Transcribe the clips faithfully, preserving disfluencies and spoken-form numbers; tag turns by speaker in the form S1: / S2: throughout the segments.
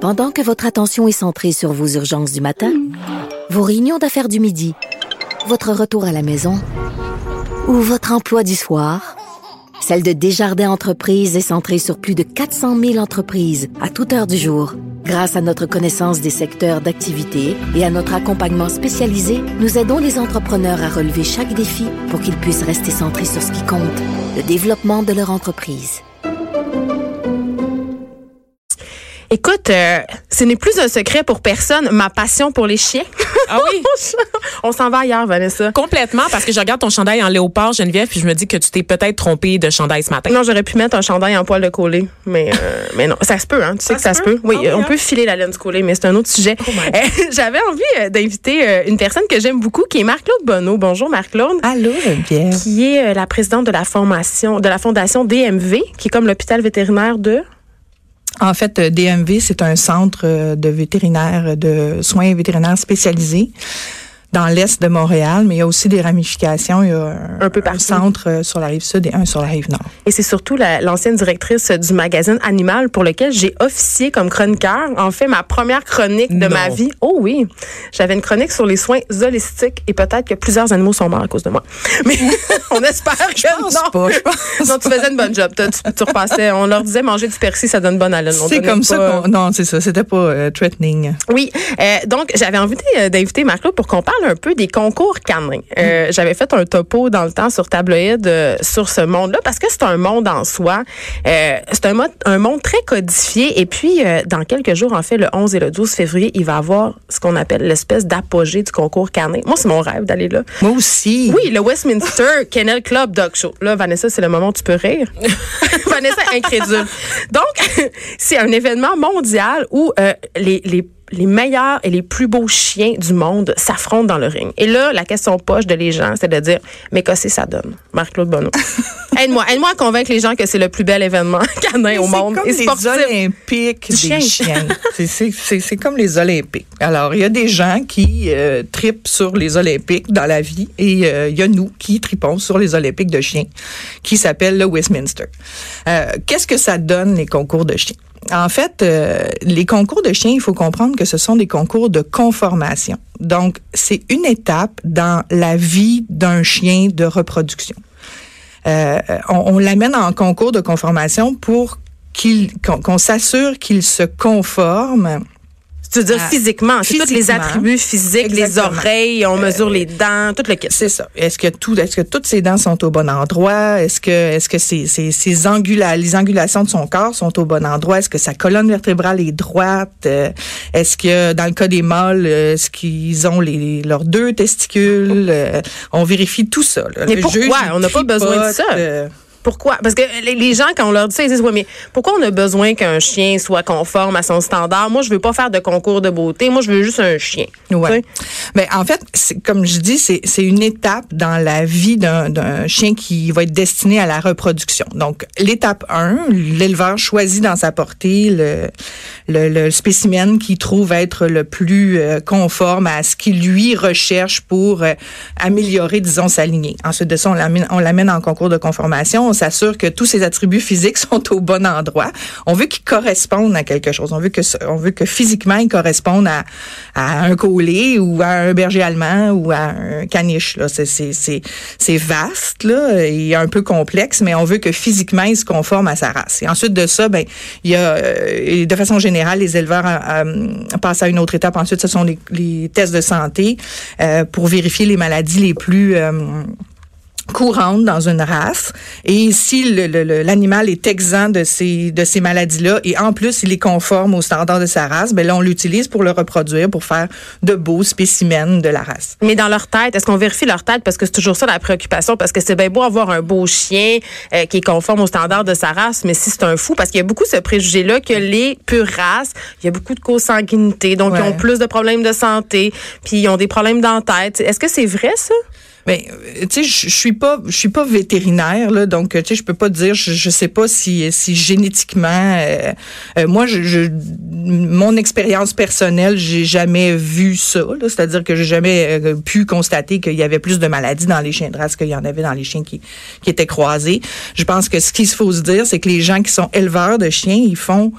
S1: Pendant que votre attention est centrée sur vos urgences du matin, vos réunions d'affaires du midi, votre retour à la maison ou votre emploi du soir, celle de Desjardins Entreprises est centrée sur plus de quatre cent mille entreprises à toute heure du jour. Grâce à notre connaissance des secteurs d'activité et à notre accompagnement spécialisé, nous aidons les entrepreneurs à relever chaque défi pour qu'ils puissent rester centrés sur ce qui compte, le développement de leur entreprise.
S2: Écoute, euh, ce n'est plus un secret pour personne, ma passion pour les chiens.
S3: Ah oui?
S2: On s'en va ailleurs, Vanessa.
S3: Complètement, parce que je regarde ton chandail en léopard, Geneviève, puis je me dis que tu t'es peut-être trompée de chandail ce matin.
S2: Non, j'aurais pu mettre un chandail en poil de coller, mais euh, mais non, ça se peut, hein. Tu sais
S3: ça
S2: que ça
S3: se
S2: se
S3: peut?
S2: peut. Oui,
S3: Ah, oui,
S2: on
S3: hein?
S2: peut filer la laine du collet, mais c'est un autre sujet.
S3: Oh
S2: euh, j'avais envie euh, d'inviter euh, une personne que j'aime beaucoup, qui est Marc-Claude Bonneau. Bonjour, Marc-Claude.
S4: Allô, Geneviève.
S2: Qui est euh, la présidente de la formation, de la fondation D M V, qui est comme l'hôpital vétérinaire de...
S4: En fait, D M V, c'est un centre de vétérinaires, de soins vétérinaires spécialisés dans l'est de Montréal, mais il y a aussi des ramifications. Il y a un,
S2: un peu
S4: un centre sur la rive sud et un sur la rive nord.
S2: Et c'est surtout la, l'ancienne directrice du magazine Animal pour lequel j'ai officié comme chroniqueur. En fait, ma première chronique de
S4: non.
S2: ma vie. Oh oui! J'avais une chronique sur les soins holistiques et peut-être que plusieurs animaux sont morts à cause de moi. Mais on espère que
S4: je pense
S2: non.
S4: pas. Je pense
S2: non, tu faisais une bonne job. Tu, tu repassais. On leur disait manger du persil, ça donne bonne haleine. On
S4: c'est comme
S2: pas...
S4: ça qu'on... Non, c'est ça. C'était pas euh, threatening.
S2: Oui. Euh, donc, j'avais envie euh, d'inviter Marc-Claude pour qu'on parle un peu des concours canins. Euh, mm. J'avais fait un topo dans le temps sur Tabloïd euh, sur ce monde-là parce que c'est un monde en soi. Euh, c'est un, mode, un monde très codifié. Et puis, euh, dans quelques jours, en fait, le onze et le douze février, il va y avoir ce qu'on appelle l'espèce d'apogée du concours canin. Moi, c'est mon rêve d'aller là.
S4: Moi aussi.
S2: Oui, le Westminster Kennel Club Dog Show. Là, Vanessa, c'est le moment où tu peux rire. Vanessa, incrédule. Donc, c'est un événement mondial où euh, les, les les meilleurs et les plus beaux chiens du monde s'affrontent dans le ring. Et là, la question poche de les gens, c'est de dire, mais qu'est-ce que ça donne? Marc-Claude Bonneau. Aide-moi, aide-moi à convaincre les gens que c'est le plus bel événement canin
S4: mais
S2: au monde.
S4: C'est comme
S2: et sportif.
S4: les Olympiques des
S2: Chien.
S4: chiens. c'est, c'est, c'est, c'est comme les Olympiques. Alors, il y a des gens qui euh, tripent sur les Olympiques dans la vie et il euh, y a nous qui tripons sur les Olympiques de chiens qui s'appellent le Westminster. Euh, qu'est-ce que ça donne, les concours de chiens? En fait, euh, les concours de chiens, il faut comprendre que ce sont des concours de conformation. Donc, c'est une étape dans la vie d'un chien de reproduction. Euh, on, on l'amène en concours de conformation pour qu'il, qu'on, qu'on s'assure qu'il se conforme.
S2: Tu veux dire ah, physiquement, c'est tous les attributs physiques, exactement. Les oreilles, on mesure euh, les dents, tout le kit.
S4: C'est ça. Est-ce que tout, est-ce que toutes ses dents sont au bon endroit? Est-ce que, est-ce que ses, ses, ses angula, les angulations de son corps sont au bon endroit? Est-ce que sa colonne vertébrale est droite? Euh, est-ce que, dans le cas des mâles, est-ce qu'ils ont les, leurs deux testicules? Euh, on vérifie tout ça, là.
S2: Mais
S4: le
S2: pourquoi?
S4: Juge,
S2: on n'a pas besoin de ça. Euh, Pourquoi? Parce que les gens, quand on leur dit ça, ils disent, oui, mais pourquoi on a besoin qu'un chien soit conforme à son standard? Moi, je veux pas faire de concours de beauté. Moi, je veux juste un chien.
S4: Ouais. Mais en fait, c'est, comme je dis, c'est, c'est une étape dans la vie d'un, d'un chien qui va être destiné à la reproduction. Donc, l'étape un, l'éleveur choisit dans sa portée le, le, le spécimen qu'il trouve être le plus euh, conforme à ce qu'il lui recherche pour euh, améliorer, disons, sa lignée. Ensuite de ça, on l'amène, on l'amène en concours de conformation. On s'assure que tous ses attributs physiques sont au bon endroit. On veut qu'ils correspondent à quelque chose. On veut que, on veut que physiquement, ils correspondent à, à un collier ou à un berger allemand ou à un caniche. Là. C'est, c'est, c'est, c'est vaste là, et un peu complexe, mais on veut que physiquement, ils se conforment à sa race. Et ensuite de ça, ben, il y a, euh, de façon générale, les éleveurs euh, passent à une autre étape. Ensuite, ce sont les, les tests de santé euh, pour vérifier les maladies les plus euh, courante dans une race, et si le, le, le, l'animal est exempt de ces de ces maladies-là et en plus il est conforme aux standards de sa race, ben là on l'utilise pour le reproduire, pour faire de beaux spécimens de la race.
S2: Mais dans leur tête, est-ce qu'on vérifie leur tête, parce que c'est toujours ça la préoccupation, parce que c'est bien beau avoir un beau chien euh, qui est conforme aux standards de sa race, mais si c'est un fou, parce qu'il y a beaucoup ce préjugé-là que les pures races, il y a beaucoup de consanguinité, donc ouais. Ils ont plus de problèmes de santé, puis ils ont des problèmes dans la tête. Est-ce que c'est vrai ça?
S4: Ben, tu sais, je suis pas, je suis pas vétérinaire là, donc tu sais, je peux pas dire, je, je sais pas si, si génétiquement, euh, euh, moi, je, je, mon expérience personnelle, j'ai jamais vu ça. Là, c'est-à-dire que j'ai jamais euh, pu constater qu'il y avait plus de maladies dans les chiens de race qu'il y en avait dans les chiens qui, qui étaient croisés. Je pense que ce qu'il faut se dire, c'est que les gens qui sont éleveurs de chiens, ils font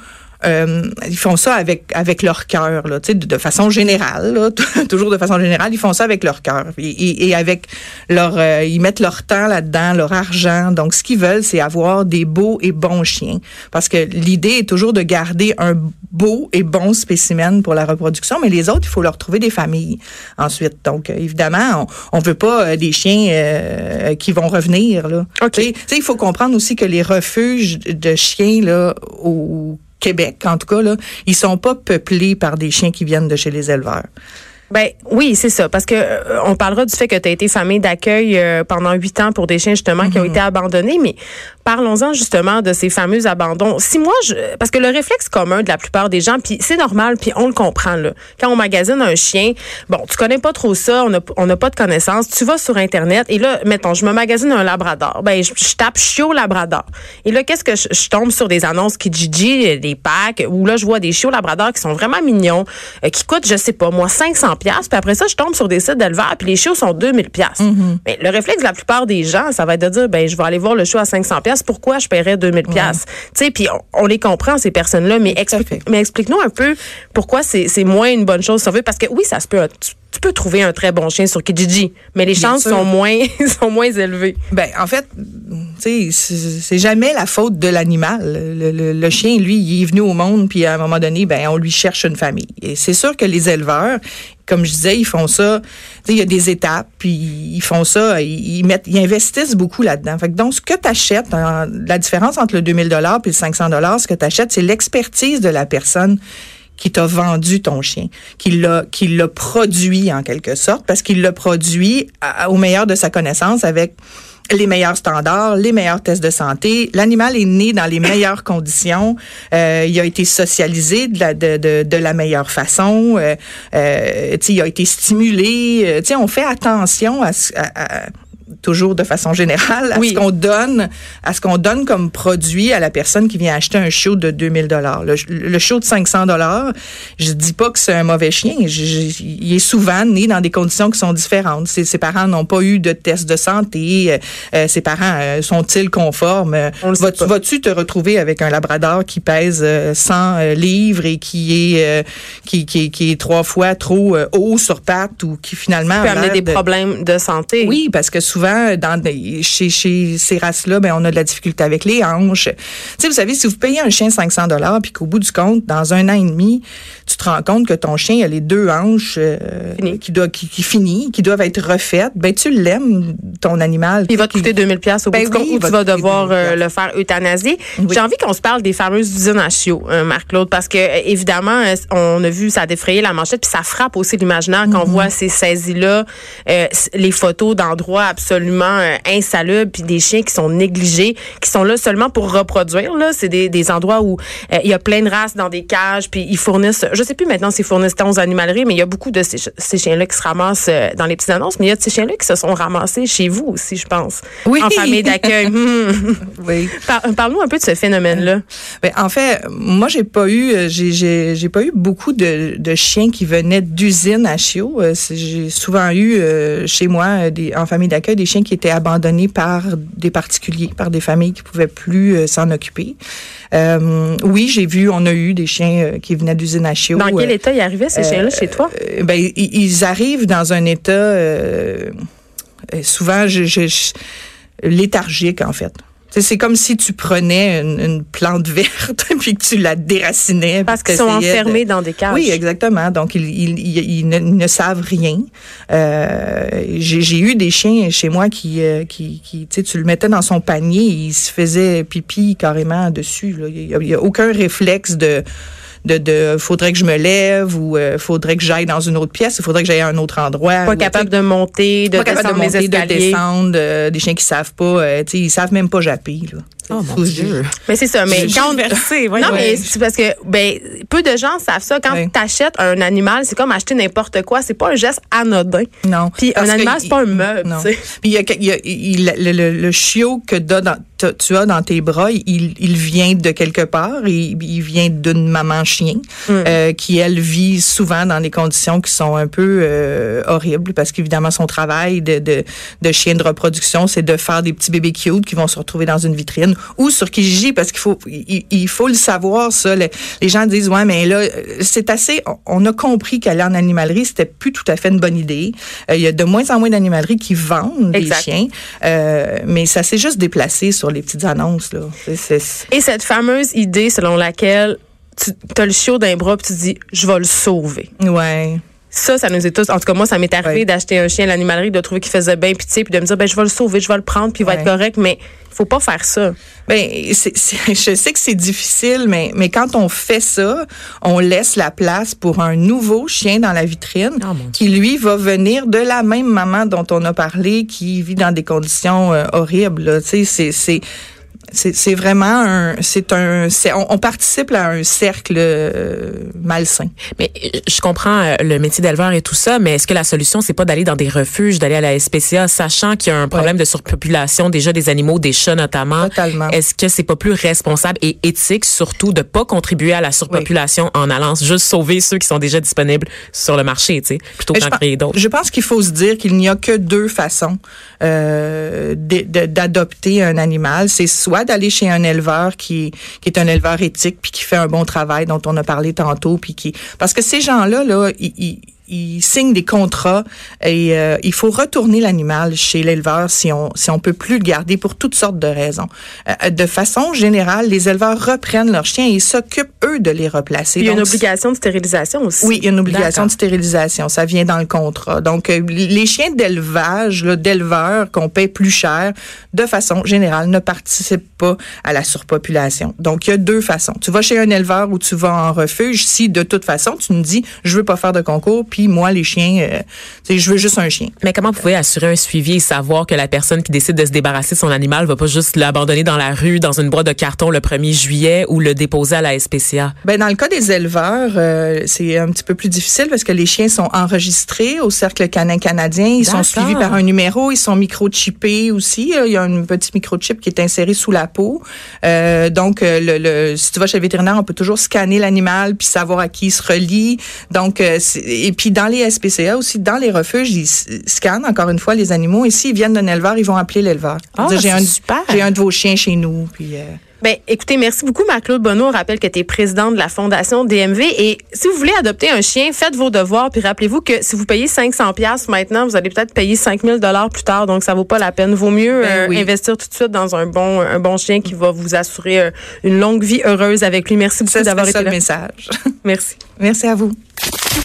S4: euh, ils font ça avec avec leur cœur, là, tu sais, de, de façon générale, là, toujours de façon générale, ils font ça avec leur cœur et, et, et avec leur, euh, ils mettent leur temps là-dedans, leur argent. Donc, ce qu'ils veulent, c'est avoir des beaux et bons chiens, parce que l'idée est toujours de garder un beau et bon spécimen pour la reproduction, mais les autres, il faut leur trouver des familles ensuite. Donc, euh, évidemment, on, on veut pas euh, des chiens euh, qui vont revenir, là.
S2: OK.
S4: Tu sais, il faut comprendre aussi que les refuges de chiens, là, au Québec, en tout cas, là, ils sont pas peuplés par des chiens qui viennent de chez les éleveurs.
S2: Ben oui, c'est ça, parce que euh, on parlera du fait que tu as été famille d'accueil euh, pendant huit ans pour des chiens justement mm-hmm. qui ont été abandonnés, mais parlons-en justement de ces fameux abandons. Si moi, je, parce que le réflexe commun de la plupart des gens, puis c'est normal, puis on le comprend là. Quand on magasine un chien, bon, tu connais pas trop ça, on n'a on a pas de connaissances, tu vas sur internet et là, mettons, je me magasine un labrador, ben je, je tape chiot labrador. Et là, qu'est-ce que je, je tombe sur des annonces Kijiji, des packs, où là je vois des chiots labrador qui sont vraiment mignons, euh, qui coûtent, je sais pas moi, cinq cents piastres, puis après ça, je tombe sur des sites d'éleveurs, puis les chiots sont deux mille piastres. Mm-hmm. Mais le réflexe de la plupart des gens, ça va être de dire, ben je vais aller voir le chiot à cinq cents piastres, pourquoi je paierais deux mille piastres? Tu sais, puis on, on les comprend, ces personnes-là, mais, expli- mais explique-nous un peu pourquoi c'est, c'est moins une bonne chose, parce que oui, ça se peut, tu, tu peux trouver un très bon chien sur Kijiji, mais les chances sont moins, sont moins élevées.
S4: Ben, en fait, tu sais, c'est, c'est jamais la faute de l'animal. Le, le, le chien, lui, il est venu au monde, puis à un moment donné, ben, on lui cherche une famille. Et c'est sûr que les éleveurs, comme je disais, ils font ça. Tu sais, il y a des étapes, puis ils font ça, ils, ils mettent, ils investissent beaucoup là-dedans. Fait que donc, ce que tu achètes, la différence entre le deux mille dollars puis le cinq cents dollars, ce que tu achètes, c'est l'expertise de la personne qui t'a vendu ton chien, qui l'a, qui l'a produit en quelque sorte, parce qu'il l'a produit à, au meilleur de sa connaissance avec les meilleurs standards, les meilleurs tests de santé. L'animal est né dans les meilleures conditions. Euh, il a été socialisé de la, de, de, de la meilleure façon. Euh, euh, il a été stimulé. Euh, on fait attention à, à, à toujours de façon générale, à oui. ce qu'on donne, à ce qu'on donne comme produit à la personne qui vient acheter un chiot de deux mille dollars. Le, le chiot de cinq cents dollars, je dis pas que c'est un mauvais chien. Je, je, il est souvent né dans des conditions qui sont différentes. Ses, ses parents n'ont pas eu de test de santé. Euh, ses parents euh, sont-ils conformes? Vas-tu, vas-tu te retrouver avec un labrador qui pèse euh, cent euh, livres et qui est, euh, qui, qui, qui est trois fois trop euh, haut sur pattes ou qui finalement
S2: peut amener des
S4: de...
S2: problèmes de santé?
S4: Oui, parce que souvent, dans des, chez, chez ces races-là, ben, on a de la difficulté avec les hanches. Tu sais, vous savez, si vous payez un chien cinq cents dollars puis qu'au bout du compte, dans un an et demi, tu te rends compte que ton chien a les deux hanches euh, qui, doit, qui, qui finit, qui doivent être refaites, ben tu l'aimes, ton animal.
S2: Il va te coûter deux mille dollars au bout
S4: ben
S2: du compte
S4: oui,
S2: ou tu vas devoir euh, le faire euthanasier. Oui. J'ai envie qu'on se parle des fameuses usines à chiots, euh, Marc-Claude, parce que euh, évidemment, euh, on a vu, ça a défrayé la manchette, puis ça frappe aussi l'imaginaire quand mm-hmm. on voit ces saisies-là, euh, les photos d'endroits absolument euh, insalubres, puis des chiens qui sont négligés, qui sont là seulement pour reproduire. Là, c'est des, des endroits où euh, il y a plein de races dans des cages, puis ils fournissent, je sais plus maintenant s'ils fournissent onze animaleries, mais il y a beaucoup de ces, ces chiens-là qui se ramassent euh, dans les petites annonces, mais il y a de ces chiens-là qui se sont ramassés chez vous aussi, je pense,
S4: oui.
S2: en famille d'accueil. Mmh.
S4: Oui.
S2: Par, parle-nous un peu de ce phénomène-là.
S4: Ben, en fait, moi, j'ai pas eu, j'ai, j'ai, j'ai pas eu beaucoup de, de chiens qui venaient d'usines à chiots. J'ai souvent eu euh, chez moi, des, en famille d'accueil, des chiens qui étaient abandonnés par des particuliers, par des familles qui pouvaient plus euh, s'en occuper. Euh, oui, j'ai vu, on a eu des chiens euh, qui venaient d'usines à chiots.
S2: Dans quel état ils arrivaient, ces euh, chiens-là, chez toi?
S4: Euh, ben, ils, ils arrivent dans un état euh, souvent je, je, je, léthargique, en fait. C'est comme si tu prenais une, une plante verte puis que tu la déracinais.
S2: Parce qu'ils sont enfermés
S4: de...
S2: dans des cages.
S4: Oui, exactement. Donc, ils, ils, ils, ils, ne, ils ne savent rien. Euh, j'ai, j'ai eu des chiens chez moi qui, euh, qui, qui tu sais, tu le mettais dans son panier et il se faisait pipi carrément dessus. Là. Il n'y a, a aucun réflexe de... de, de faudrait que je me lève ou euh, faudrait que j'aille dans une autre pièce, il faudrait que j'aille à un autre endroit.
S2: Pas capable de monter, de
S4: pas
S2: descendre
S4: capable de monter,
S2: les escaliers.
S4: de descendre, euh, des chiens qui savent pas, euh, tu sais, ils savent même pas japper, là.
S3: Oh mon Dieu.
S2: Mais c'est ça. Mais
S3: je
S2: quand
S3: versé, ouais,
S2: non,
S3: ouais.
S2: mais c'est parce que ben peu de gens savent ça. Quand
S4: ouais.
S2: tu achètes un animal, c'est comme acheter n'importe quoi. C'est pas un geste anodin.
S4: Non.
S2: Puis un animal, c'est pas un meuble.
S4: Non. Puis il y a, il y a il, le, le, le chiot que dans, t'as, tu as dans tes bras, il, il vient de quelque part, il, il vient d'une maman chien mm. euh, qui, elle, vit souvent dans des conditions qui sont un peu euh, horribles parce qu'évidemment, son travail de, de, de chien de reproduction, c'est de faire des petits bébés cute qui vont se retrouver dans une vitrine ou sur Kijiji parce qu'il faut, il, il faut le savoir, ça. Les, les gens disent, ouais, mais là, c'est assez, on a compris qu'aller en animalerie, c'était plus tout à fait une bonne idée. Euh, il y a de moins en moins d'animaleries qui vendent exact. Des chiens, euh, mais ça s'est juste déplacé sur les petites annonces, là. C'est, c'est...
S2: Et cette fameuse idée selon laquelle tu as le chiot d'un bras puis tu te dis, je vais le sauver.
S4: Ouais.
S2: Ça, ça nous est tous... En tout cas, moi, ça m'est arrivé ouais. d'acheter un chien à l'animalerie, de trouver qu'il faisait bien pitié, puis de me dire, ben je vais le sauver, je vais le prendre, puis il va ouais. être correct, mais il faut pas faire ça.
S4: Ben, c'est, c'est, je sais que c'est difficile, mais, mais quand on fait ça, on laisse la place pour un nouveau chien dans la vitrine oh, qui, lui, va venir de la même maman dont on a parlé, qui vit dans des conditions euh, horribles, là. Tu sais, c'est... c'est C'est, c'est vraiment un, c'est un, c'est, on, on participe à un cercle euh, malsain.
S3: Mais je comprends euh, le métier d'éleveur et tout ça, mais est-ce que la solution c'est pas d'aller dans des refuges, d'aller à la S P C A, sachant qu'il y a un problème ouais. de surpopulation déjà des animaux, des chats notamment.
S4: Totalement.
S3: Est-ce que c'est pas plus responsable et éthique surtout de pas contribuer à la surpopulation oui. en allant juste sauver ceux qui sont déjà disponibles sur le marché, tu sais, plutôt qu'en créer d'autres?
S4: Je pense qu'il faut se dire qu'il n'y a que deux façons euh, de, de, d'adopter un animal. C'est soit d'aller chez un éleveur qui, qui est un éleveur éthique puis qui fait un bon travail dont on a parlé tantôt puis qui parce que ces gens-là là ils, ils ils signent des contrats et euh, il faut retourner l'animal chez l'éleveur si on si on peut plus le garder pour toutes sortes de raisons. Euh, de façon générale, les éleveurs reprennent leurs chiens et s'occupent eux de les replacer.
S2: Il y a Donc, une obligation de stérilisation aussi.
S4: Oui, il y a une obligation D'accord. de stérilisation, ça vient dans le contrat. Donc euh, les chiens d'élevage, là, d'éleveurs qu'on paie plus cher, de façon générale, ne participent pas à la surpopulation. Donc il y a deux façons. Tu vas chez un éleveur ou tu vas en refuge si de toute façon tu me dis je veux pas faire de concours puis moi, les chiens, euh, tu sais, je veux juste un chien.
S3: Mais comment vous pouvez assurer un suivi et savoir que la personne qui décide de se débarrasser de son animal va pas juste l'abandonner dans la rue, dans une boîte de carton le premier juillet ou le déposer à la S P C A?
S4: Ben, dans le cas des éleveurs, euh, c'est un petit peu plus difficile parce que les chiens sont enregistrés au Cercle canin canadien. Ils D'accord. sont suivis par un numéro. Ils sont microchippés aussi. Il y a un petit microchip qui est inséré sous la peau. Euh, donc, le, le, si tu vas chez le vétérinaire, on peut toujours scanner l'animal puis savoir à qui il se relie. Donc, euh, et puis dans les S P C A aussi, dans les refuges, ils scannent encore une fois les animaux. Et s'ils viennent d'un éleveur, ils vont appeler l'éleveur.
S3: Ah,
S4: dire, j'ai
S3: c'est
S4: un,
S3: super.
S4: J'ai un de vos chiens chez nous. Puis, euh,
S2: Ben, écoutez, merci beaucoup, Marc-Claude Bonneau. On rappelle que tu es présidente de la Fondation D M V. Et si vous voulez adopter un chien, faites vos devoirs. Puis rappelez-vous que si vous payez cinq cents dollars maintenant, vous allez peut-être payer cinq mille dollars plus tard. Donc, ça vaut pas la peine. Vaut mieux ben, euh, oui. investir tout de suite dans un bon, un bon chien qui va vous assurer euh, une longue vie heureuse avec lui. Merci beaucoup
S4: ça,
S2: d'avoir été
S4: ça
S2: là.
S4: le message.
S2: Merci.
S4: Merci à vous.